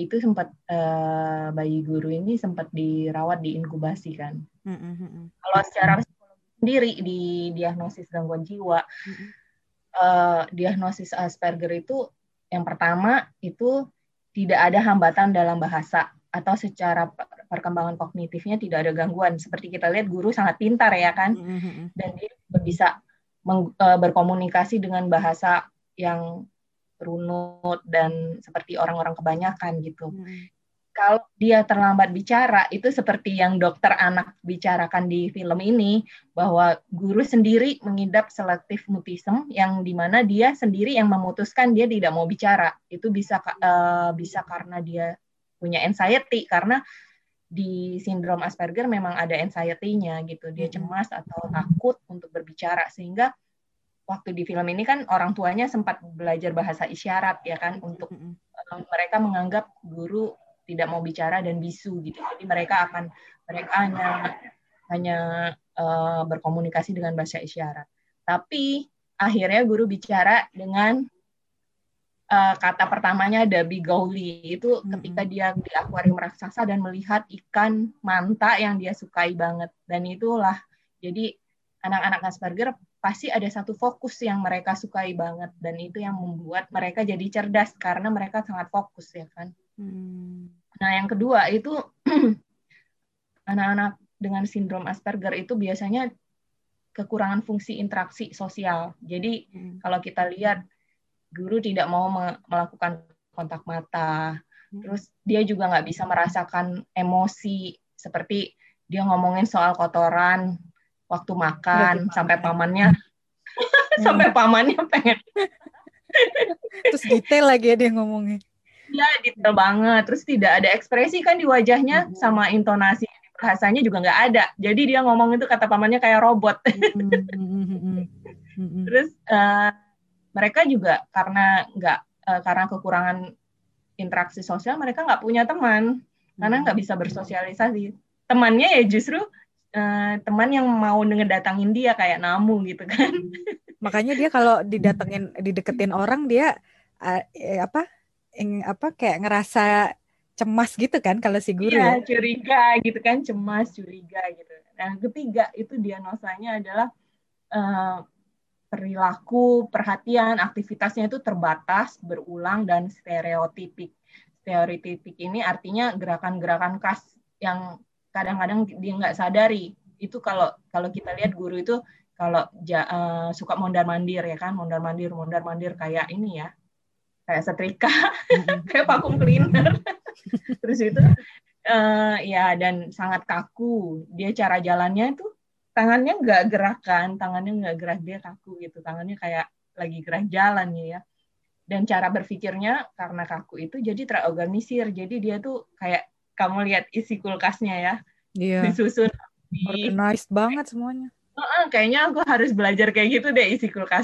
bayi guru ini sempat dirawat di inkubasi kan. Hmm. Hmm. Kalau secara psikologi sendiri di diagnosis gangguan jiwa, Hmm. diagnosis Asperger itu yang pertama itu tidak ada hambatan dalam bahasa atau secara perkembangan kognitifnya tidak ada gangguan. Seperti kita lihat guru sangat pintar ya kan, Hmm. Hmm. dan dia bisa berkomunikasi dengan bahasa yang runut dan seperti orang-orang kebanyakan gitu. Hmm. Kalau dia terlambat bicara, itu seperti yang dokter anak bicarakan di film ini, bahwa guru sendiri mengidap selective mutism, yang dimana dia sendiri yang memutuskan dia tidak mau bicara. Itu bisa karena dia punya anxiety, karena di sindrom Asperger memang ada anxiety-nya gitu. Dia Hmm. cemas atau takut untuk berbicara, sehingga waktu di film ini kan orang tuanya sempat belajar bahasa isyarat ya kan, untuk Hmm. mereka menganggap guru tidak mau bicara dan bisu gitu. Jadi mereka hanya berkomunikasi dengan bahasa isyarat. Tapi akhirnya guru bicara dengan kata pertamanya Dabi Gauli. Itu ketika Hmm. dia di akuarium raksasa dan melihat ikan manta yang dia sukai banget. Dan itulah jadi anak-anak Asperger pasti ada satu fokus yang mereka sukai banget, dan itu yang membuat mereka jadi cerdas karena mereka sangat fokus ya kan. Hmm. Nah, yang kedua itu anak-anak dengan sindrom Asperger itu biasanya kekurangan fungsi interaksi sosial. Jadi Hmm. kalau kita lihat guru tidak mau melakukan kontak mata, Hmm. terus dia juga nggak bisa merasakan emosi, seperti dia ngomongin soal kotoran waktu Lagi makan sampai makan. pamannya Hmm. sampai pamannya pengen. Terus detail lagi ya dia ngomongnya. Ya, detail banget. Terus tidak ada ekspresi kan di wajahnya, Hmm. sama intonasi bahasanya juga nggak ada. Jadi dia ngomong itu kata pamannya kayak robot. Hmm. Hmm. Hmm. Terus mereka juga karena kekurangan interaksi sosial, mereka nggak punya teman karena Hmm. nggak bisa bersosialisasi. Temannya ya justru teman yang mau ngedatangin dia kayak Namu gitu kan. Makanya dia kalau dideketin orang dia apa kayak ngerasa cemas gitu kan kalau si guru Iya, ya. curiga gitu kan, cemas, curiga gitu. Nah, ketiga itu diagnosanya adalah uh, perilaku, perhatian, aktivitasnya itu terbatas, berulang, dan stereotipik. Stereotipik ini artinya gerakan-gerakan khas yang kadang-kadang dia nggak sadari. Itu kalau kalau kita lihat guru itu kalau suka mondar-mandir ya kan, mondar-mandir kayak ini ya, kayak setrika, Mm-mm. kayak vacuum cleaner. Terus itu ya, dan sangat kaku. Dia cara jalannya itu tangannya nggak gerak, dia kaku gitu, tangannya kayak lagi gerak jalan ya. Dan cara berpikirnya karena kaku itu jadi terorganisir, jadi dia tuh kayak kamu lihat isi kulkasnya ya, Iya, disusun di organized banget semuanya. kayaknya aku harus belajar kayak gitu deh isi kulkas.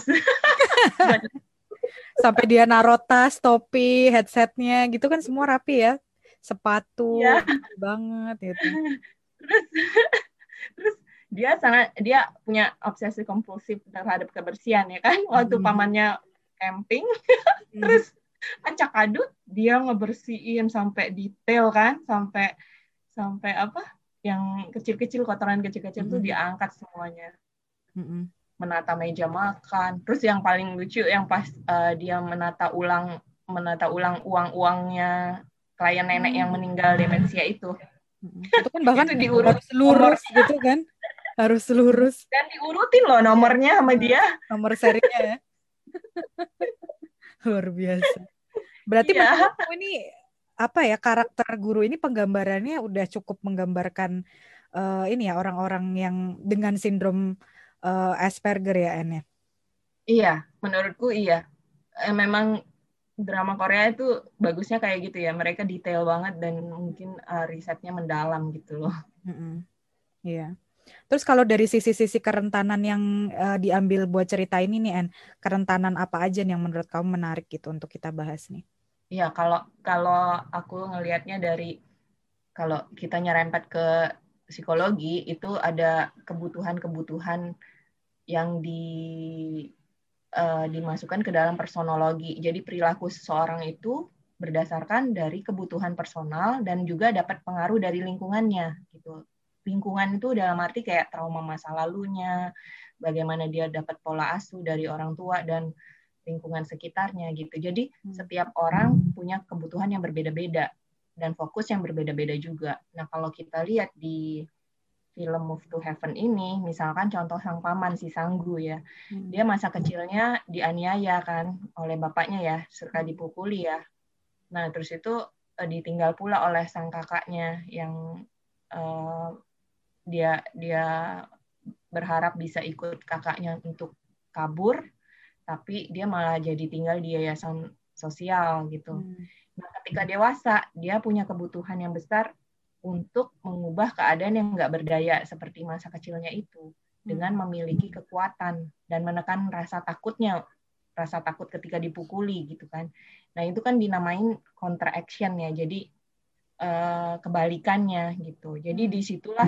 Sampai dia naruh tas, topi, headsetnya gitu kan semua rapi ya. Sepatu, Iya, rapi banget gitu. terus terus dia punya obsesi kompulsif terhadap kebersihan ya kan. Waktu Mhm. pamannya camping, Mhm. terus acak adut dia ngebersihin sampai detail kan, sampai sampai apa yang kecil-kecil, kotoran kecil-kecil tuh Mhm. diangkat semuanya, Mhm. menata meja makan. Terus yang paling lucu yang pas dia menata ulang uang-uangnya klien nenek yang meninggal demensia Itu kan bahkan itu diurut harus lurus nomornya gitu kan. Harus lurus dan diurutin loh nomornya sama dia. nomor serinya ya. Luar biasa. Berarti Iya, menurutku ini apa ya, karakter guru ini penggambarannya udah cukup menggambarkan ini ya orang-orang yang dengan sindrom Asperger ya N ya. iya, menurutku iya. Memang drama Korea itu bagusnya kayak gitu ya. Mereka detail banget dan mungkin risetnya mendalam gitu loh. Mm-mm. Iya. Terus kalau dari sisi-sisi kerentanan yang diambil buat cerita ini nih, En, kerentanan apa aja nih yang menurut kamu menarik gitu untuk kita bahas nih? Iya, kalau kalau aku ngelihatnya dari kalau kita nyerempet ke psikologi itu ada kebutuhan-kebutuhan yang dimasukkan ke dalam personologi. Jadi perilaku seseorang itu berdasarkan dari kebutuhan personal dan juga dapat pengaruh dari lingkungannya gitu. Lingkungan itu dalam arti kayak trauma masa lalunya, bagaimana dia dapat pola asuh dari orang tua dan lingkungan sekitarnya gitu. Jadi setiap orang punya kebutuhan yang berbeda-beda dan fokus yang berbeda-beda juga. Nah, kalau kita lihat di film Move to Heaven ini, misalkan contoh sang paman si Sanggu ya, dia Hmm. masa kecilnya dianiaya kan oleh bapaknya ya, suka dipukuli ya. Nah terus itu ditinggal pula oleh sang kakaknya yang uh, dia dia berharap bisa ikut kakaknya untuk kabur, tapi dia malah jadi tinggal di yayasan sosial gitu. Hmm. Nah, ketika dewasa, dia punya kebutuhan yang besar untuk mengubah keadaan yang nggak berdaya seperti masa kecilnya itu dengan Hmm. memiliki kekuatan dan menekan rasa takut ketika dipukuli gitu kan. Nah, itu kan dinamain counter action ya. Jadi kebalikannya gitu. Jadi Hmm. disitulah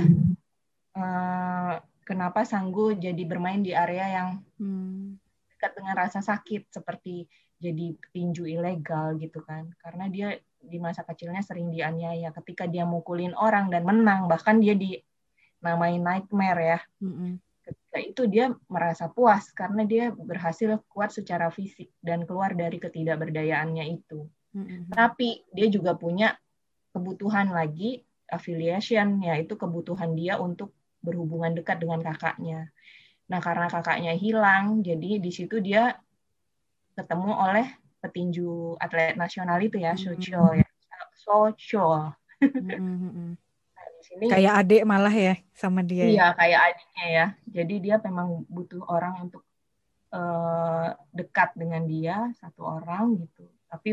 kenapa Sanggu jadi bermain di area yang Hmm. dekat dengan rasa sakit seperti jadi petinju ilegal gitu kan, karena dia di masa kecilnya sering dianiaya ketika dia mukulin orang dan menang, bahkan dia dinamai nightmare ya. Hmm. Ketika itu dia merasa puas karena dia berhasil kuat secara fisik dan keluar dari ketidakberdayaannya itu. Hmm. Tapi dia juga punya kebutuhan lagi, affiliation, yaitu kebutuhan dia untuk berhubungan dekat dengan kakaknya. Nah, karena kakaknya hilang, jadi di situ dia ketemu oleh petinju atlet nasional itu ya, Hmm. Sochol ya. Sochol. Hmm. Hmm. Nah, di sini Kayak adik malah ya sama dia ya. iya kayak adiknya ya. Jadi dia memang butuh orang untuk dekat dengan dia, satu orang gitu. Tapi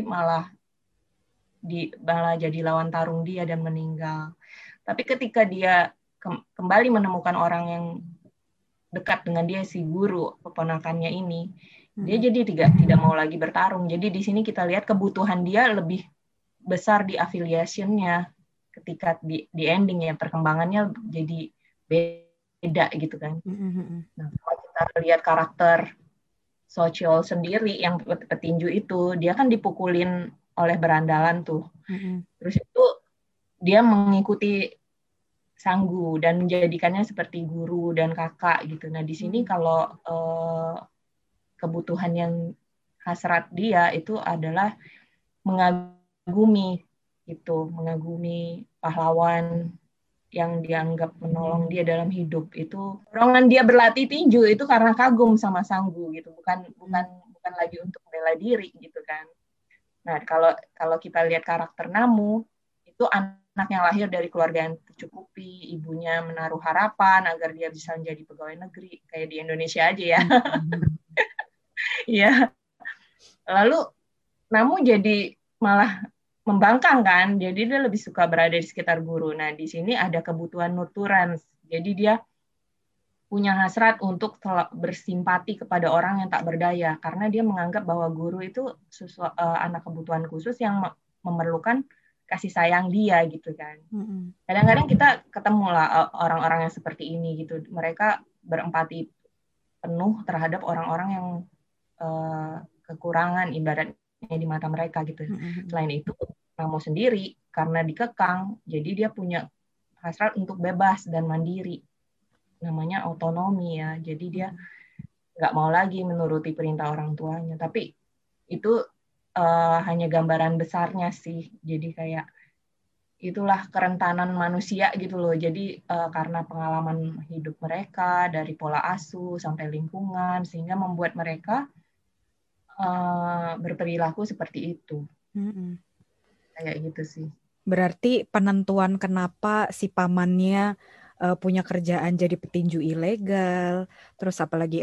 malah jadi lawan tarung dia dan meninggal. Tapi ketika dia kembali menemukan orang yang dekat dengan dia, si guru keponakannya ini, dia Hmm. jadi tidak mau lagi bertarung. Jadi di sini kita lihat kebutuhan dia lebih besar di affiliation-nya ketika di ending ya, perkembangannya jadi beda gitu kan. Hmm. Nah, kalau kita lihat karakter Social sendiri yang petinju itu, dia kan dipukulin oleh berandalan tuh. Hmm. Terus itu dia mengikuti Sanggu dan menjadikannya seperti guru dan kakak gitu. Nah, di sini Hmm. kalau kebutuhan yang hasrat dia itu adalah mengagumi gitu, mengagumi pahlawan yang dianggap menolong dia dalam hidup itu. Dorongan dia berlatih tinju itu karena kagum sama Sanggu gitu, bukan bukan Hmm. bukan lagi untuk bela diri gitu kan. Nah, kalau kalau kita lihat karakter Namu itu anak yang lahir dari keluarga yang tercukupi, ibunya menaruh harapan agar dia bisa menjadi pegawai negeri kayak di Indonesia aja ya. Iya. Lalu namun jadi malah membangkang kan, jadi dia lebih suka berada di sekitar guru. Nah di sini ada kebutuhan nurturans, jadi dia punya hasrat untuk bersimpati kepada orang yang tak berdaya, karena dia menganggap bahwa guru itu anak kebutuhan khusus yang memerlukan kasih sayang dia gitu kan. Kadang-kadang kita ketemu lah orang-orang yang seperti ini gitu, mereka berempati penuh terhadap orang-orang yang kekurangan ibaratnya di mata mereka gitu. Selain itu, Namo sendiri karena dikekang, jadi dia punya hasrat untuk bebas dan mandiri. Namanya otonomi ya. Jadi dia nggak mau lagi menuruti perintah orang tuanya. Tapi itu hanya gambaran besarnya sih. Jadi kayak itulah kerentanan manusia gitu loh. Jadi karena pengalaman hidup mereka dari pola asuh sampai lingkungan sehingga membuat mereka berperilaku seperti itu. Kayak gitu sih. Berarti penentuan kenapa si pamannya punya kerjaan jadi petinju ilegal, terus apalagi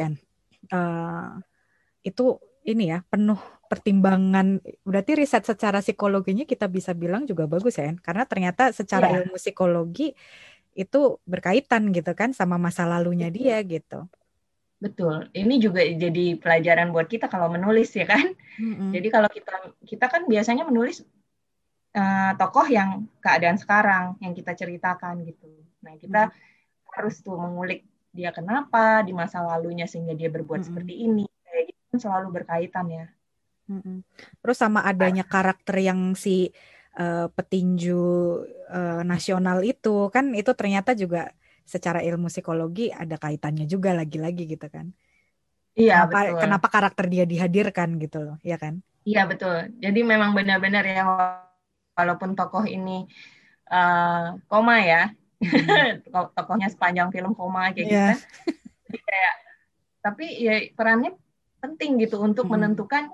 itu ini ya penuh pertimbangan. Berarti riset secara psikologinya kita bisa bilang juga bagus ya, karena ternyata secara ilmu psikologi itu berkaitan gitu kan sama masa lalunya dia gitu. Betul. Ini juga jadi pelajaran buat kita kalau menulis ya kan. Jadi kalau kita kan biasanya menulis tokoh yang keadaan sekarang yang kita ceritakan gitu. Nah kita harus tuh mengulik dia kenapa di masa lalunya sehingga dia berbuat seperti ini. Kayak gitu kan selalu berkaitan ya. Terus sama adanya karakter yang si petinju nasional itu kan itu ternyata juga secara ilmu psikologi ada kaitannya juga lagi-lagi gitu kan. Iya betul. Kenapa karakter dia dihadirkan gitu loh, ya kan? Iya betul. Jadi memang benar-benar ya walaupun tokoh ini koma ya, tokohnya sepanjang film koma kayak gitu kan. Jadi kayak, tapi ya perannya penting gitu untuk menentukan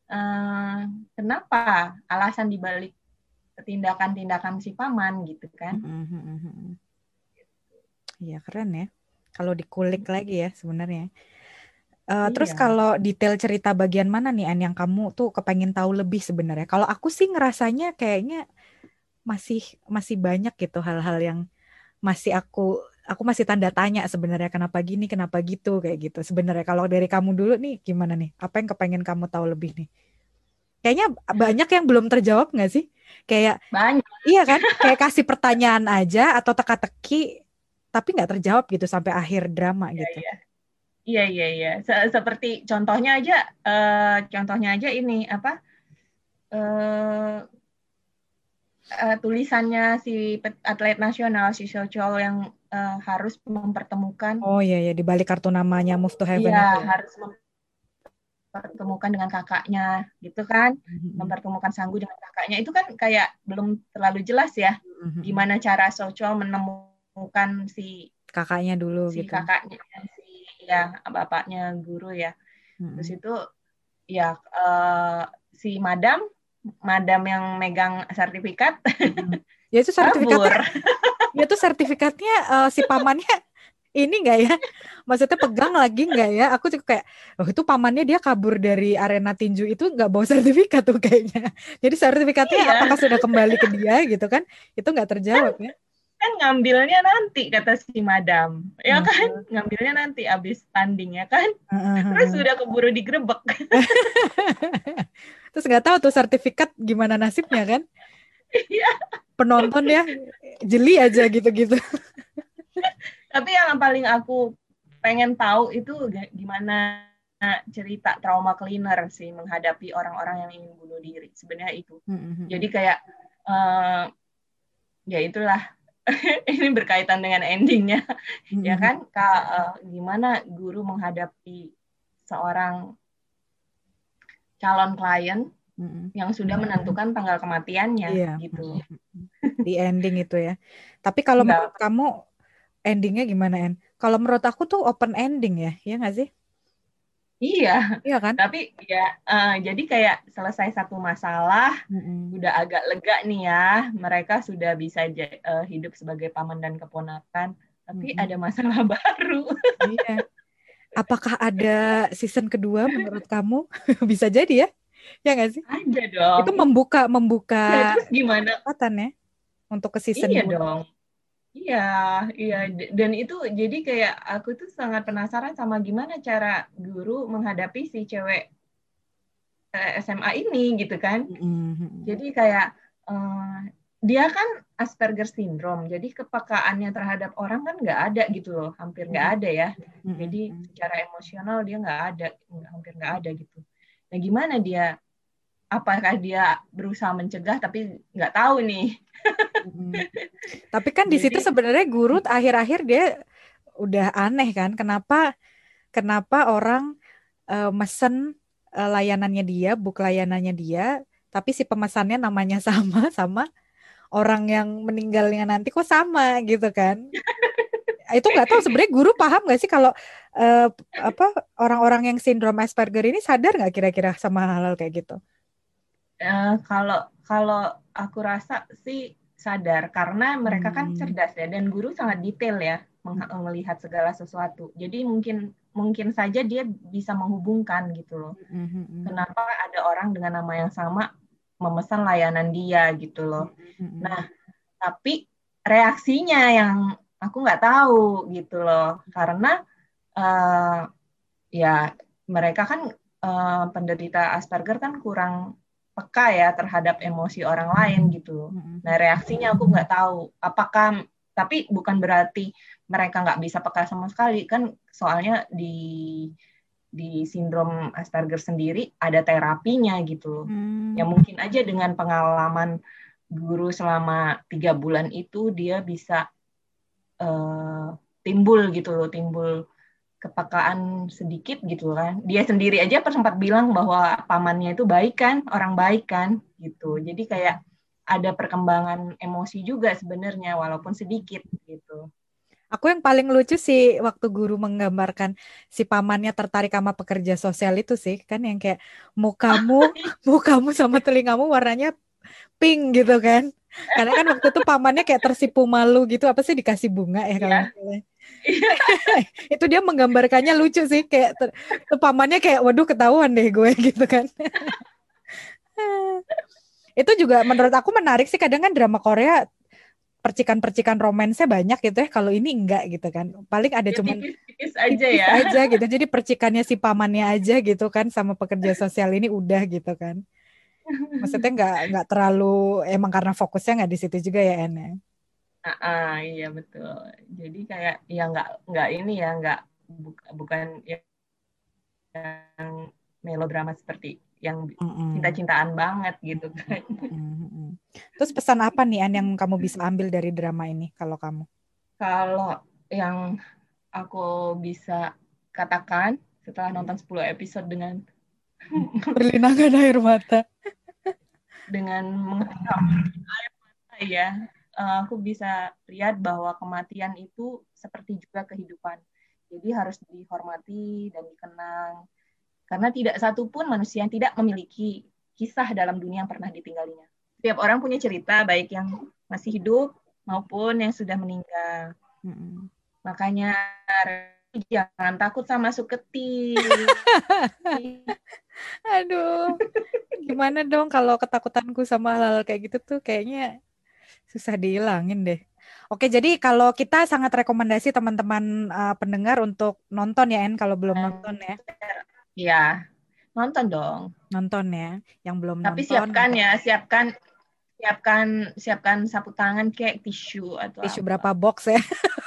kenapa alasan dibalik tindakan-tindakan si paman gitu kan. Iya keren ya. Kalau dikulik lagi ya sebenarnya. Terus kalau detail cerita bagian mana nih An yang kamu tuh kepengen tahu lebih sebenarnya? Kalau aku sih ngerasanya kayaknya masih banyak gitu hal-hal yang masih aku masih tanda tanya sebenarnya kenapa gini, kenapa gitu kayak gitu. Sebenarnya kalau dari kamu dulu nih gimana nih? Apa yang kepengen kamu tahu lebih nih? Kayaknya banyak yang belum terjawab nggak sih? Kayak banyak. Iya kan? Kayak kasih pertanyaan aja atau teka-teki tapi nggak terjawab gitu sampai akhir drama gitu. Iya. Seperti contohnya aja ini apa? Tulisannya si atlet nasional si Sochol yang harus mempertemukan. Oh iya di balik kartu namanya Move to Heaven Iya, itu. harus mempertemukan dengan kakaknya, gitu kan? Mempertemukan Sanggu dengan kakaknya itu kan kayak belum terlalu jelas ya. Gimana cara Sochol menemukan si kakaknya dulu si gitu. kakaknya bapaknya guru ya. Terus itu ya si madam yang megang sertifikat Ya itu sertifikatnya kabur. Ya itu sertifikatnya si pamannya ini enggak ya? Maksudnya pegang lagi enggak ya? Aku juga kayak oh itu pamannya dia kabur dari arena tinju itu enggak bawa sertifikat tuh kayaknya. Jadi sertifikatnya apakah sudah kembali ke dia gitu kan? Itu enggak terjawab ya. Kan ngambilnya nanti kata si madam ya kan, ngambilnya nanti abis tanding ya kan, terus sudah keburu digerebek. Terus nggak tahu tuh sertifikat gimana nasibnya kan. Penonton ya jeli aja gitu-gitu. Tapi yang paling aku pengen tahu itu gimana cerita trauma cleaner sih menghadapi orang-orang yang ingin bunuh diri sebenarnya itu. Jadi kayak ya itulah ini berkaitan dengan endingnya ya kan, gimana guru menghadapi seorang calon klien yang sudah menentukan tanggal kematiannya gitu. Di ending itu ya. Tapi kalau menurut kamu endingnya gimana En? Kalau menurut aku tuh open ending ya nggak sih? Iya, Iya kan? tapi ya jadi kayak selesai satu masalah, Mm-mm. udah agak lega nih ya, mereka sudah bisa hidup sebagai paman dan keponakan, tapi ada Mm-mm. masalah baru. Iya. Apakah ada season kedua menurut kamu? Bisa jadi ya? Ya nggak sih? Ada dong. Itu membuka membuka Iya, terus gimana? kesempatan ya untuk ke season Iya 2. dong. Iya, iya. Dan itu jadi kayak aku tuh sangat penasaran sama gimana cara guru menghadapi si cewek SMA ini gitu kan. Mm-mm. Jadi kayak eh, dia kan Asperger syndrome, jadi kepekaannya terhadap orang kan nggak ada gitu loh, hampir nggak Mm-mm. ada ya. Jadi Mm-mm. secara emosional dia nggak ada, hampir nggak ada gitu. Nah gimana dia? Apakah dia berusaha mencegah tapi nggak tahu nih. Mm-mm. Tapi kan di situ Jadi sebenarnya guru akhir-akhir dia udah aneh kan? Kenapa kenapa orang mesen layanannya dia, book layanannya dia, tapi si pemesannya namanya sama sama orang yang meninggalnya nanti kok sama gitu kan? Itu nggak tahu sebenarnya guru paham nggak sih kalau eh, apa orang-orang yang sindrom Asperger ini sadar nggak kira-kira sama hal-hal kayak gitu? kalau kalau aku rasa sih sadar karena mereka kan Hmm. cerdas ya dan guru sangat detail ya melihat segala sesuatu. Jadi mungkin mungkin saja dia bisa menghubungkan gitu loh. Hmm. Kenapa ada orang dengan nama yang sama memesan layanan dia gitu loh. Hmm. Nah, tapi reaksinya yang aku nggak tahu gitu loh. Karena uh, ya mereka kan penderita Asperger kan kurang peka ya terhadap emosi orang lain gitu. Nah Hmm. reaksinya aku nggak tahu. Apakah tapi bukan berarti mereka nggak bisa peka sama sekali kan soalnya di sindrom Asperger sendiri ada terapinya gitu. Ya Hmm. mungkin aja dengan pengalaman guru selama 3 bulan itu dia bisa uh, timbul gitu loh, timbul kepekaan sedikit gitu kan. Dia sendiri aja sempat bilang bahwa pamannya itu baik kan, orang baik kan gitu. Jadi kayak ada perkembangan emosi juga sebenarnya walaupun sedikit gitu. Aku yang paling lucu sih waktu guru menggambarkan si pamannya tertarik sama pekerja sosial itu sih kan yang kayak mukamu mukamu sama telingamu warnanya pink gitu kan. Karena kan waktu itu pamannya kayak tersipu malu gitu apa sih dikasih bunga ya kalau nggak Iya. salah. Itu dia menggambarkannya lucu sih kayak tuh pamannya kayak waduh ketahuan deh gue gitu kan. Itu juga menurut aku menarik sih kadang kan drama Korea percikan-percikan romansnya banyak gitu ya. Kalau ini enggak gitu kan. Paling ada Ya cuman tipis-tipis aja tipis ya. aja gitu. Jadi percikannya si pamannya aja gitu kan sama pekerja sosial ini udah gitu kan. Maksudnya nggak terlalu emang karena fokusnya nggak di situ juga ya En ya. Iya betul. Jadi kayak ya nggak ini ya bukan yang melodrama seperti yang Mm-mm. cinta-cintaan banget gitu kan. Mm-mm. Terus pesan apa nih An yang kamu bisa ambil dari drama ini kalau kamu? Kalau yang aku bisa katakan setelah nonton 10 episode Berlinangan air mata. dengan menghadap ya, aku bisa lihat bahwa kematian itu seperti juga kehidupan. Jadi harus dihormati dan dikenang karena tidak satupun manusia yang tidak memiliki kisah dalam dunia yang pernah ditinggalinya. Setiap orang punya cerita, baik yang masih hidup maupun yang sudah meninggal. Mm-mm. Makanya jangan takut sama Suketi. Aduh, gimana dong kalau ketakutanku sama hal-hal kayak gitu tuh kayaknya susah dihilangin deh. Oke, jadi kalau kita sangat rekomendasi teman-teman pendengar untuk nonton ya, En, kalau belum nonton ya. Ya, nonton dong. Nonton ya. Yang belum Tapi nonton, siapkan ya, siapkan siapkan sapu tangan kayak tisu atau tisu apa. berapa box ya.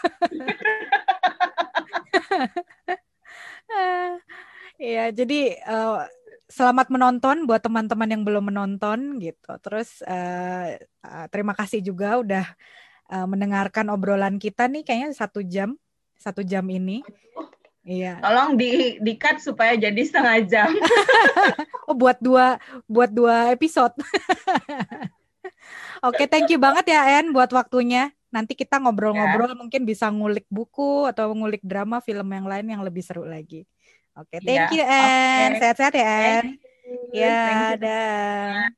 Iya, jadi eh, selamat menonton buat teman-teman yang belum menonton gitu. Terus terima kasih juga udah mendengarkan obrolan kita nih kayaknya 1 jam ini. Iya. Tolong di cut supaya jadi setengah jam. Oh buat dua episode. Oke, thank you banget ya En buat waktunya. Nanti kita Ya, ngobrol-ngobrol mungkin bisa ngulik buku atau ngulik drama film yang lain yang lebih seru lagi. Oke, Iya, thank you, oke. Anne. Sehat-sehat ya, Anne. Thank you. Ya, Thank you. dah.